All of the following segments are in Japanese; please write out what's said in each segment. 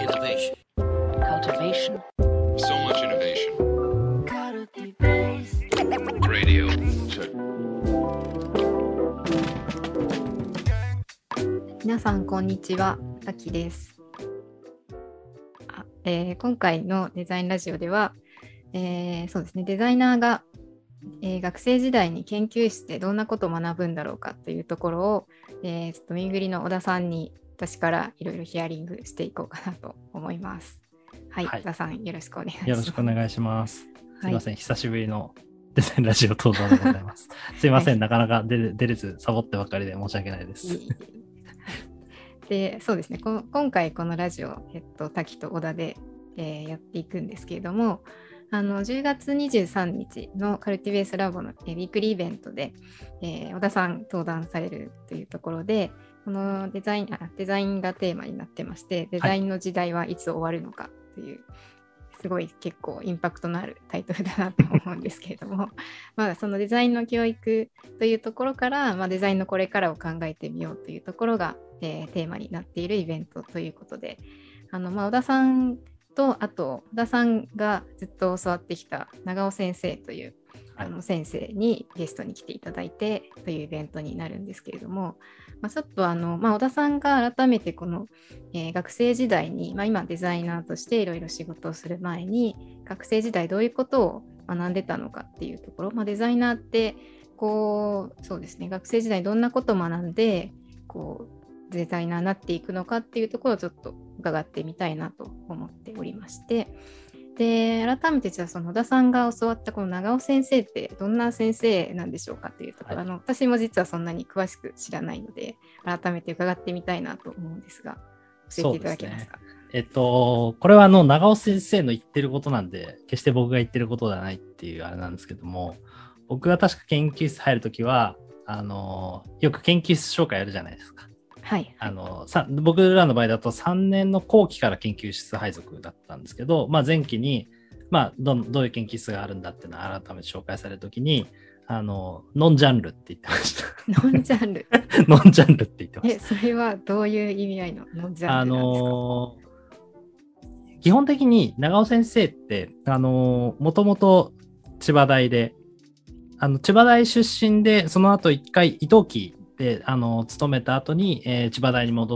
Innovation. Cultivation. So much innovation. Radio. Check. 皆さんこんにちは、たきです。今回のデザインラジオでは、そうですね、デザイナーが、学生時代に研究室でどんなことを学ぶんだろうかというところを、みぐりの小田さんに私からいろいろヒアリングしていこうかなと思います。はい、小田さんよろしくお願いします。 よろしくお願いします。すいません、 はい、 久しぶりのデザインラジオ登場でございます。すいません、 はい、 なかなか出れずサボってばっかりで申し訳ないです。 で、そうですね、今回このラジオ、滝と小田で、やっていくんですけれども、10月23日のカルティベースラボの、ウィークリーイベントで、小田さん登壇されるというところで、このデザインがテーマになってまして、デザインの時代はいつ終わるのかという、すごい結構インパクトのあるタイトルだなと思うんですけれどもまあそのデザインの教育というところから、デザインのこれからを考えてみようというところが、テーマになっているイベントということで、小田さんとあと小田さんがずっと教わってきた長尾先生という、先生にゲストに来ていただいてというイベントになるんですけれども、ちょっと小田さんが改めてこの、学生時代に、今デザイナーとしていろいろ仕事をする前に学生時代どういうことを学んでたのかっていうところ、デザイナーってそうですね、学生時代どんなことを学んでデザイナーになっていくのかっていうところをちょっと伺ってみたいなと思っておりまして、で改めてじゃあその小田さんが教わったこの長尾先生ってどんな先生なんでしょうかというところ、私も実はそんなに詳しく知らないので改めて伺ってみたいなと思うんですが、教えていただけますか。 これは長尾先生の言ってることなんで決して僕が言ってることではないっていうあれなんですけども、僕が確か研究室入るときはよく研究室紹介やるじゃないですか。 はい、 僕らの場合だと3年の後期から研究室配属だったんですけど、前期に、どういう研究室があるんだっていうのを改めて紹介されるときにノンジャンルって言ってましたノンジャンルノンジャンルって言ってました。 それはどういう意味合いのノンジャンルなんですか。 基本的に長尾先生ってもともと千葉大で千葉大出身で、その後一回伊藤期で勤めた後に、千葉大に戻って、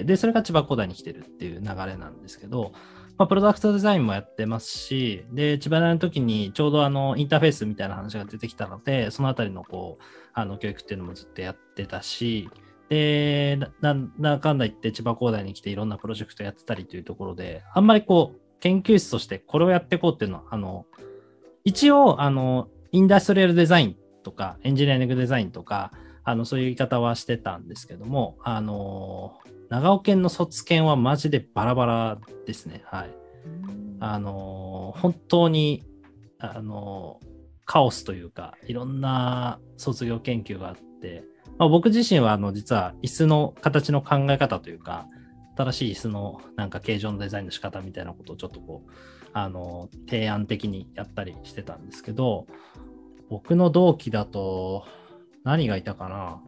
でそれが千葉工大に来てるっていう流れなんですけど、プロダクトデザインもやってますし、で千葉大の時にちょうどインターフェースみたいな話が出てきたので、そのあたりの教育っていうのもずっとやってたし、でなんだかんだ言って千葉工大に来ていろんなプロジェクトやってたりというところで、あんまり研究室としてこれをやっていこうっていうのは一応インダストリアルデザインとかエンジニアリングデザインとかそういう言い方はしてたんですけども、長尾県の卒検はマジでバラバラですね。はい。本当にカオスというか、いろんな卒業研究があって、僕自身は実は椅子の形の考え方というか、新しい椅子の形状のデザインの仕方みたいなことをちょっと提案的にやったりしてたんですけど、僕の同期だと何がいたかな、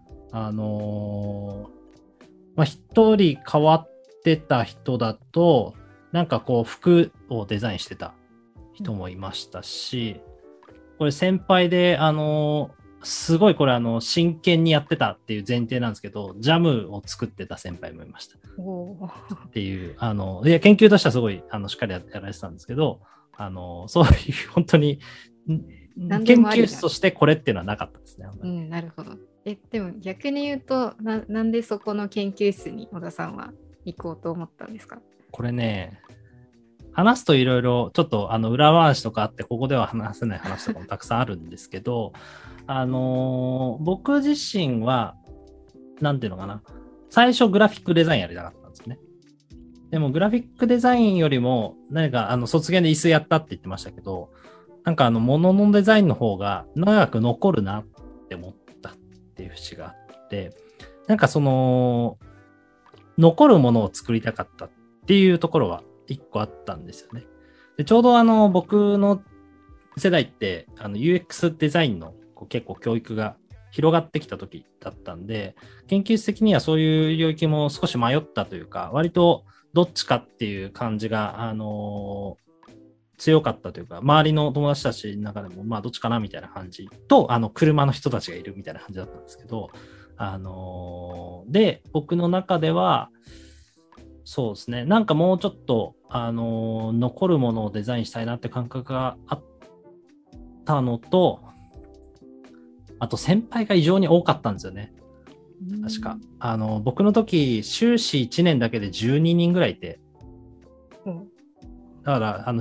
一人変わってた人だと服をデザインしてた人もいましたし、これ先輩ですごいこれ真剣にやってたっていう前提なんですけど、ジャムを作ってた先輩もいましたっていういや研究としてはすごいしっかりやられてたんですけど、そういう本当に研究室としてこれっていうのはなかったですね。 なるほど。でも逆に言うとなんでそこの研究室に小田さんは行こうと思ったんですか。 これね、話すといろいろちょっと裏話とかあって、ここでは話せない話とかもたくさんあるんですけど僕自身はなんていうのかな、最初グラフィックデザインやりたかったんですよね。でもグラフィックデザインよりも何か卒業で椅子やったって言ってましたけど、物のデザインの方が長く残るなって思ったっていう節があって、残るものを作りたかったっていうところは一個あったんですよね。でちょうど僕の世代ってUX デザインの結構教育が広がってきた時だったんで、研究室的にはそういう領域も少し迷ったというか、割とどっちかっていう感じが、強かったというか、周りの友達たちの中でも、まあ、どっちかなみたいな感じと、車の人たちがいるみたいな感じだったんですけど、で、僕の中では、そうですね、なんかもうちょっと、残るものをデザインしたいなって感覚があったのと、あと先輩が異常に多かったんですよね。確か。僕の時、修士1年だけで12人ぐらいいて、だから、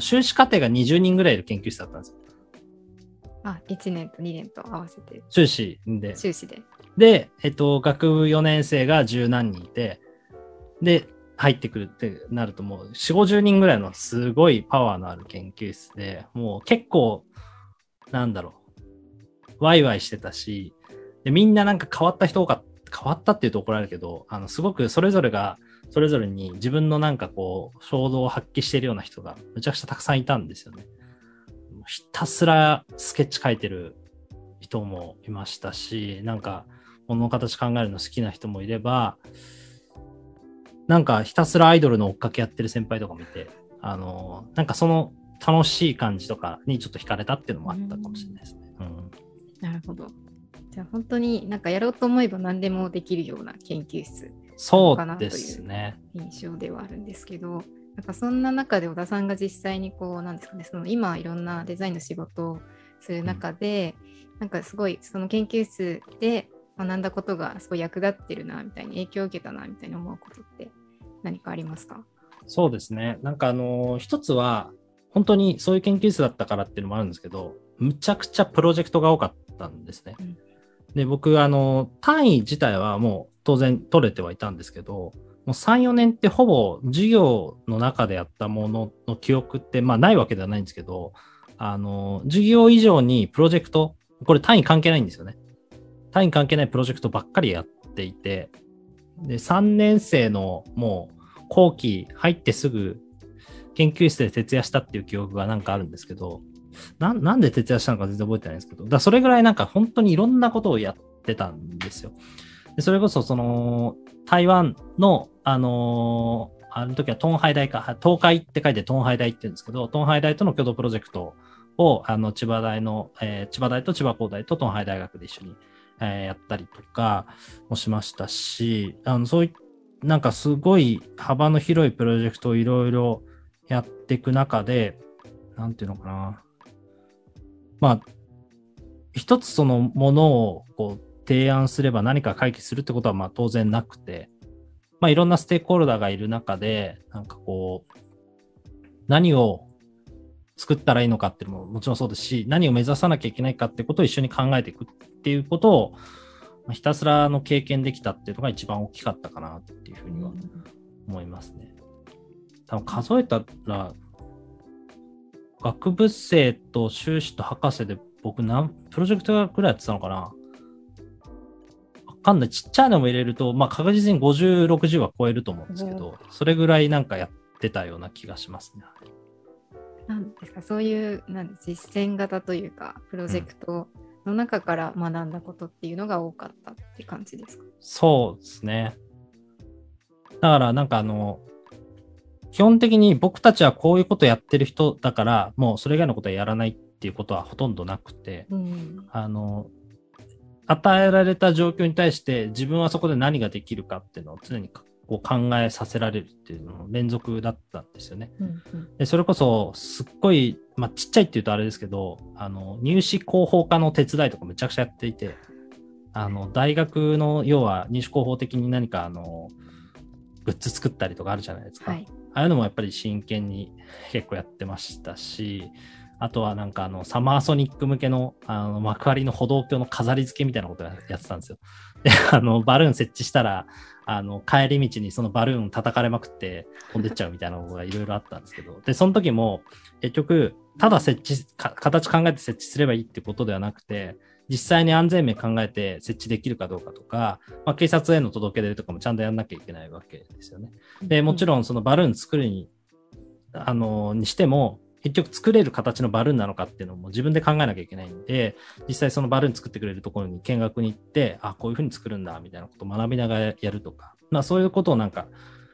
修士課程が20人ぐらいいる研究室だったんですよ。 あ、1年と2年と合わせて。 修士で。 修士で。 で、学部4年生が10何人いて、で、入ってくるってなるともう4、50人ぐらいのすごいパワーのある研究室で、もう結構、なんだろう、ワイワイしてたし、でみんななんか変わった人が、変わったって言うと怒られるけど、すごくそれぞれが、それぞれに自分のなんかこう、衝動を発揮しているような人がむちゃくちゃたくさんいたんですよね。ひたすらスケッチ描いてる人もいましたし、なんか物の形考えるの好きな人もいれば、なんかひたすらアイドルの追っかけやってる先輩とかもいて、なんかその楽しい感じとかにちょっと惹かれたっていうのもあったかもしれないですね。 なるほど。じゃあ本当になんかやろうと思えば何でもできるような研究室かなという印象ではあるんですけど、なんかそんな中で小田さんが実際にこうなんですかね、その今いろんなデザインの仕事をする中で、なんかすごいその研究室で学んだことがすごい役立ってるなみたいに影響を受けたなみたいに思うことって何かありますか？ そうですね。なんか一つは本当にそういう研究室だったからっていうのもあるんですけど、むちゃくちゃプロジェクトが多かったんですね。で、僕単位自体はもう当然取れてはいたんですけど、もう3、4年ってほぼ授業の中でやったものの記憶ってまあないわけではないんですけど、授業以上にプロジェクト、これ単位関係ないんですよね。単位関係ないプロジェクトばっかりやっていて、で、3年生のもう後期入ってすぐ研究室で徹夜したっていう記憶がなんかあるんですけど、なんで徹夜したのか全然覚えてないんですけど、だそれぐらいなんか本当にいろんなことをやってたんですよ。でそれこそその台湾のあの時は東海大か、東海って書いて東海大って言うんですけど、東海大との共同プロジェクトを千葉大の、千葉大と千葉工大と東海大学で一緒に、やったりとかもしましたし、そういなんかすごい幅の広いプロジェクトをいろいろやっていく中で、なんていうのかな。まあ、一つそのものをこう提案すれば何か解決するってことはまあ当然なくて、まあいろんなステークホルダーがいる中で、なんかこう、何を作ったらいいのかっていうのももちろんそうですし、何を目指さなきゃいけないかってことを一緒に考えていくっていうことを、ひたすらの経験できたっていうのが一番大きかったかなっていうふうには思いますね。多分数えたら、学部生と修士と博士で僕プロジェクトぐらいやってたのかな、わかんない。ちっちゃいのも入れると、まあ確実に50、60は超えると思うんですけど、それぐらいなんかやってたような気がしますね。 なんですか、そういう実践型というか、プロジェクトの中から学んだことっていうのが多かったって感じですか？ そうですね。だからなんか基本的に僕たちはこういうことやってる人だから、もうそれ以外のことはやらないっていうことはほとんどなくて、与えられた状況に対して自分はそこで何ができるかっていうのを常にこう考えさせられるっていうのの連続だったんですよね。でそれこそすっごい、まあ、ちっちゃいっていうとあれですけど、入試広報課の手伝いとかめちゃくちゃやっていて、大学の要は入試広報的に何かグッズ作ったりとかあるじゃないですか。はい、ああいうのもやっぱり真剣に結構やってましたし、あとはなんかサマーソニック向けの幕張の歩道橋の飾り付けみたいなことをやってたんですよ。で、バルーン設置したら、帰り道にそのバルーン叩かれまくって飛んでっちゃうみたいなのがいろいろあったんですけど、で、その時も結局、ただ形考えて設置すればいいってことではなくて、実際に安全面考えて設置できるかどうかとか、まあ、警察への届け出とかもちゃんとやんなきゃいけないわけですよね。で、もちろんそのバルーン作るにしても、結局作れる形のバルーンなのかっていうのも自分で考えなきゃいけないんで、実際そのバルーン作ってくれるところに見学に行って、あ、こういうふうに作るんだみたいなことを学びながらやるとか、まあそういうことをなんか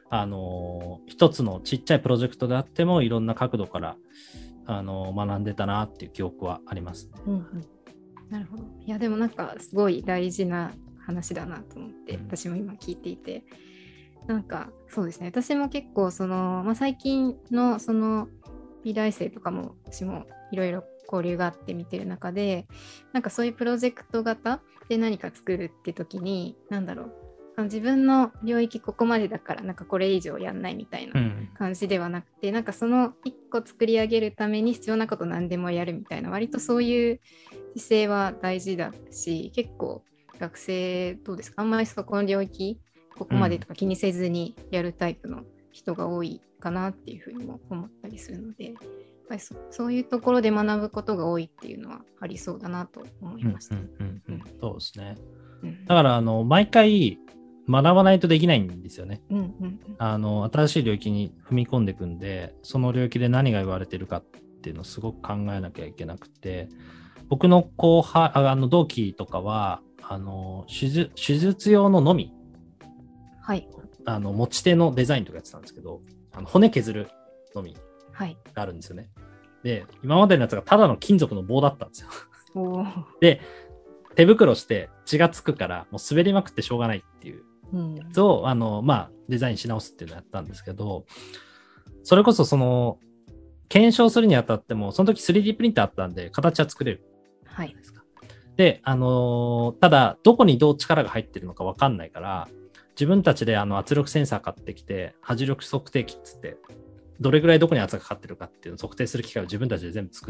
一つのちっちゃいプロジェクトであってもいろんな角度から学んでたなっていう記憶はありますね。 うんうん、なるほど。いやでもなんかすごい大事な話だなと思って、私も今聞いていて、なんかそうですね、私も結構最近の美大生とかも私もいろいろ交流があって見てる中で、なんかそういうプロジェクト型で何か作るって時に自分の領域ここまでだからなんかこれ以上やんないみたいな感じではなくて、なんかその一個作り上げるために必要なこと何でもやるみたいな、割とそういう姿勢は大事だし、結構学生どうですか、あんまりそこの領域ここまでとか気にせずにやるタイプの人が多いかなっていうふうにも思ったりするので、やっぱりそういうところで学ぶことが多いっていうのはありそうだなと思いました。 そうですね。だから毎回学ばないとできないんですよね。新しい領域に踏み込んでいくんで、その領域で何が言われてるかっていうのをすごく考えなきゃいけなくて、僕の同期とかは手術用ののみ、 はい、 持ち手のデザインとかやってたんですけど、骨削るのみがあるんですよね。で、今までのやつがただの金属の棒だったんですよ。で、手袋して血がつくからもう滑りまくってしょうがないっていうやつを、デザインし直すっていうのをやったんですけど、それこそ検証するにあたっても、その時 3D プリンターあったんで形は作れる。 はい。 で、ただどこにどう力が入ってるのか分かんないから、自分たちで圧力センサー買ってきて、波重力測定器っつって、どれぐらいどこに圧がかかってるかっていうのを測定する機械を自分たちで全部作って、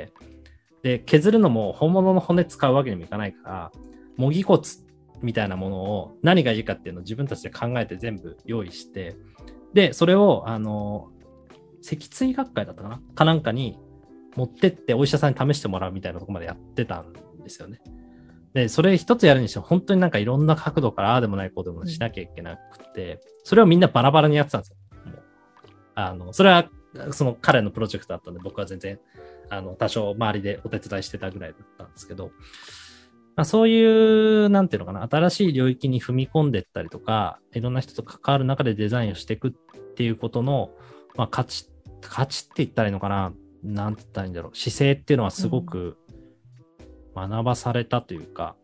で、削るのも本物の骨使うわけにもいかないから、模擬骨みたいなものを何がいいかっていうのを自分たちで考えて全部用意して、で、それを、脊椎学会だったかなかなんかに持ってってお医者さんに試してもらうみたいなところまでやってたんですよね。で、それ一つやるにしても本当になんかいろんな角度からああでもないこうでもしなきゃいけなくて、それをみんなバラバラにやってたんですよ。もうそれはその彼のプロジェクトだったんで、僕は全然多少周りでお手伝いしてたぐらいだったんですけど、そういうなんていうのかな、新しい領域に踏み込んでいったりとか、いろんな人と関わる中でデザインをしていくっていうことの、価値って言ったらいいのかな、なんて言ったらいいんだろう、姿勢っていうのはすごく学ばされたというか、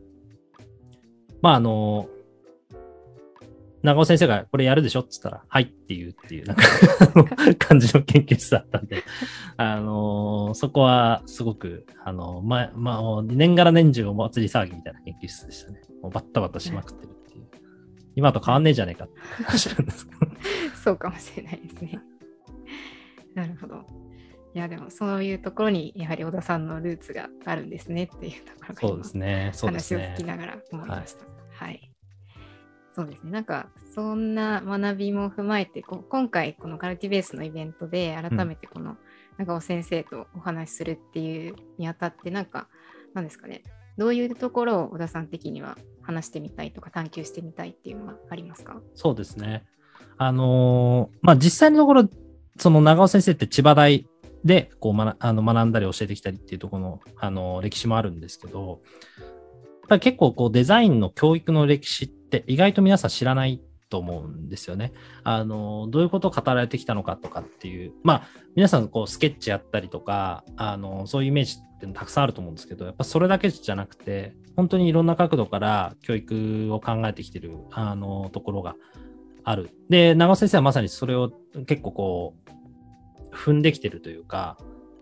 長尾先生がこれやるでしょって言ったら、はいっていうなんか感じの研究室だったんで、そこはすごく、年がら年中お祭り騒ぎみたいな研究室でしたね。もうバッタバタしまくってるっていう。今と変わんねえじゃねえかって話なんですけど。 そうかもしれないですね。なるほど。いやでもそういうところにやはり小田さんのルーツがあるんですねっていうところがそうですね。 話を聞きながら思いました。はい。そうですね。なんかそんな学びも踏まえて今回このカルティベースのイベントで改めてこの長尾先生とお話しするっていうにあたってなんですかね。どういうところを小田さん的には話してみたいとか探求してみたいっていうのはありますか？ そうですね。実際のところその長尾先生って千葉大で学んだり教えてきたりっていうところの、歴史もあるんですけど、やっぱり結構デザインの教育の歴史って意外と皆さん知らないと思うんですよね。どういうことを語られてきたのかとかっていう、皆さんスケッチやったりとか、そういうイメージってたくさんあると思うんですけど、やっぱそれだけじゃなくて、本当にいろんな角度から教育を考えてきてる、ところがある。で、長尾先生はまさにそれを結構踏んできてるというか、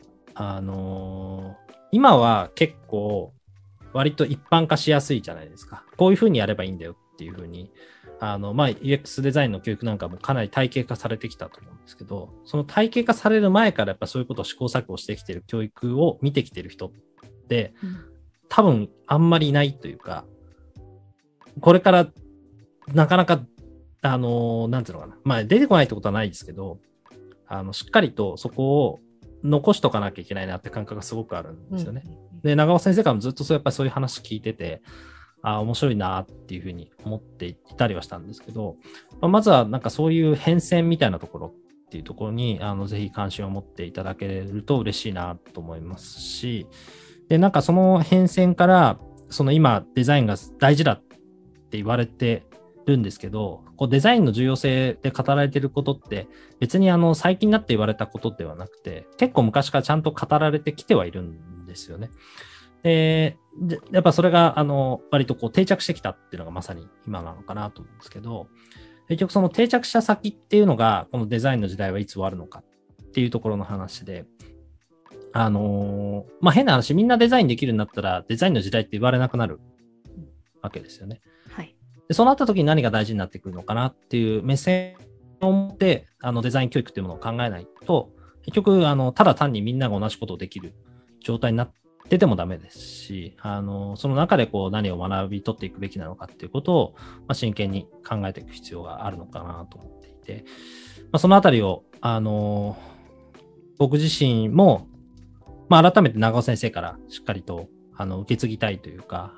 今は結構割と一般化しやすいじゃないですか。こういうふうにやればいいんだよっていうふうに、UX デザインの教育なんかもかなり体系化されてきたと思うんですけど、その体系化される前からやっぱそういうことを試行錯誤してきてる教育を見てきてる人って、多分あんまりいないというか、これからなかなか、なんていうのかな、出てこないってことはないですけど、しっかりとそこを残しとかなきゃいけないなって感覚がすごくあるんですよね。で、長尾先生からもずっとやっぱりそういう話聞いてて、面白いなっていうふうに思っていたりはしたんですけど、まずはなんかそういう変遷みたいなところっていうところに、ぜひ関心を持っていただけると嬉しいなと思いますし、で、なんかその変遷から、その今デザインが大事だって言われてるんですけど、こうデザインの重要性で語られていることって別に最近になって言われたことではなくて、結構昔からちゃんと語られてきてはいるんですよね。で、やっぱそれが割とこう定着してきたっていうのがまさに今なのかなと思うんですけど、結局その定着した先っていうのがこのデザインの時代はいつ終わるのかっていうところの話で、まあ、変な話、みんなデザインできるんだったらデザインの時代って言われなくなるわけですよね。 はい。 でそうなった時に何が大事になってくるのかなっていう目線を持ってデザイン教育っていうものを考えないと、結局ただ単にみんなが同じことをできる状態になっててもダメですし、その中でこう何を学び取っていくべきなのかっていうことを、まあ、真剣に考えていく必要があるのかなと思っていて、まあ、そのあたりを僕自身も、まあ、改めて長尾先生からしっかりと受け継ぎたいというか、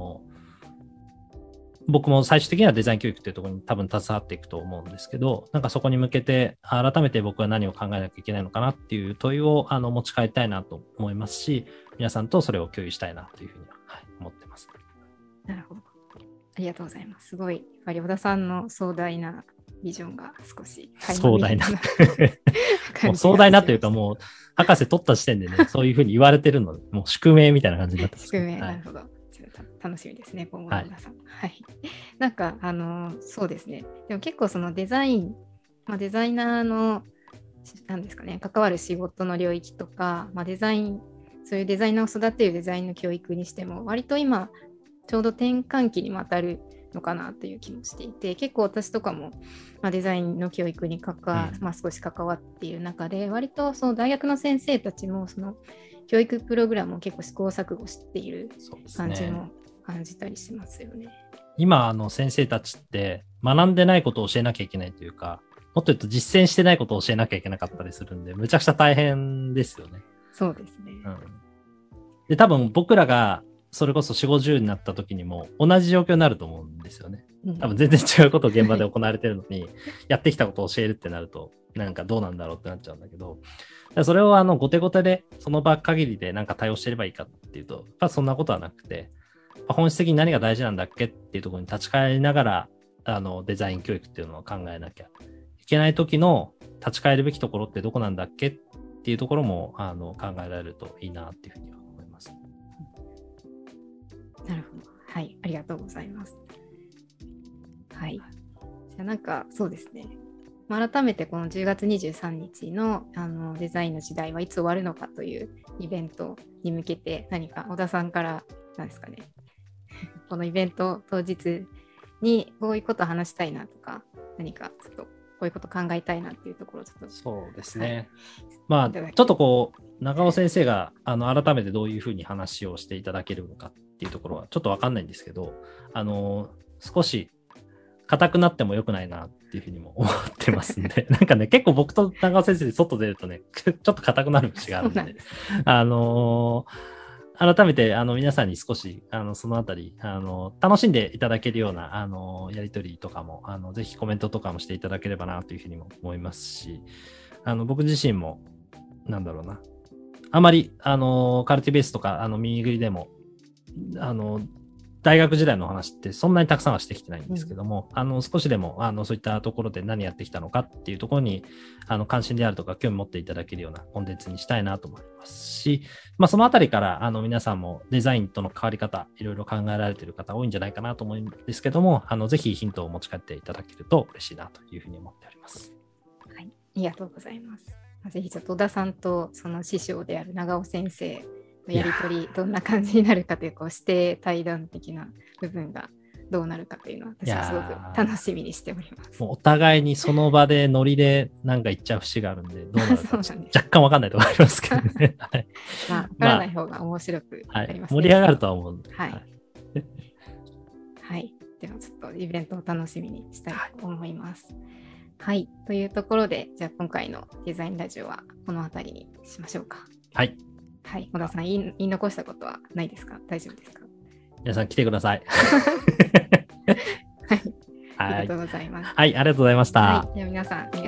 僕も最終的にはデザイン教育っていうところに多分携わっていくと思うんですけど、なんかそこに向けて改めて僕は何を考えなきゃいけないのかなっていう問いを持ち帰りたいなと思いますし、皆さんとそれを共有したいなというふうには、思ってます。 なるほど。ありがとうございます。すごい、やっぱり小田さんの壮大なビジョンが少し壮大なもう壮大なというか、もう博士取った時点でね、そういうふうに言われてるので、もう宿命みたいな感じになってます。 宿命、なるほど。楽しみですね、今後の皆さん。はい。なんか、そうですね。でも結構そのデザイン、まあ、デザイナーの、なんですかね、関わる仕事の領域とか、まあ、デザイン、そういうデザイナーを育てるデザインの教育にしても、割と今、ちょうど転換期にも当たるのかなという気もしていて、結構私とかも、まあ、デザインの教育にまあ、少し関わっている中で、割とその大学の先生たちもその教育プログラムを結構試行錯誤している感じも感じたりしますよね。 今先生たちって学んでないことを教えなきゃいけないというか、もっと言うと実践してないことを教えなきゃいけなかったりするんで、むちゃくちゃ大変ですよね。 そうですね。 で、多分僕らがそれこそ4、50になった時にも同じ状況になると思うんですよね。多分全然違うことを現場で行われてるのに、やってきたことを教えるってなると、なんかどうなんだろうってなっちゃうんだけど、それを後手後手でその場限りでなんか対応してればいいかっていうと、やっぱそんなことはなくて、本質的に何が大事なんだっけっていうところに立ち返りながら、デザイン教育っていうのを考えなきゃいけない時の立ち返るべきところってどこなんだっけっていうところも考えられるといいなっていうふうには思います。 なるほど。はい、ありがとうございます。はい。じゃあなんかそうですね。改めてこの10月23日のデザインの時代はいつ終わるのかというイベントに向けて何か小田さんから何ですかねこのイベント当日にこういうことを話したいなとか何かちょっとこういうこと考えたいなっていうところをちょっとそうですね、まあちょっとこう長尾先生が改めてどういうふうに話をしていただけるのかっていうところはちょっと分かんないんですけど少し硬くなっても良くないなっていうふうにも思ってますんでなんかね結構僕と長尾先生で外出るとねちょっと硬くなる節があるんで改めて皆さんに少しそのあたり楽しんでいただけるようなやり取りとかもぜひコメントとかもしていただければなというふうにも思いますし僕自身もなんだろうなあまりカルティベースとかミニグリでも大学時代の話ってそんなにたくさんはしてきてないんですけども、少しでもそういったところで何やってきたのかっていうところに関心であるとか興味持っていただけるようなコンテンツにしたいなと思いますし、まあ、そのあたりから皆さんもデザインとの関わり方いろいろ考えられている方多いんじゃないかなと思うんですけどもぜひヒントを持ち帰っていただけると嬉しいなというふうに思っております。 はい、ありがとうございます。ぜひちょっと小田さんとその師匠である長尾先生のやり取りどんな感じになるかというして対談的な部分がどうなるかというのは私はすごく楽しみにしております。 もうお互いにその場でノリでなんか言っちゃう節があるんでどうなるか若干わかんないと思いますけどね。はい、 まあ、わからない方が面白くなりますね。 盛り上がるとは思うんで。 はい。はい。ではちょっとイベントを楽しみにしたいと思います。はい。というところで、じゃあ今回のデザインラジオはこの辺りにしましょうか。 はい。 はい。小田さん、言い残したことはないですか？大丈夫ですか？ 皆さん来てください。 はい。ありがとうございます。 はい、ありがとうございました。 はい。では皆さん、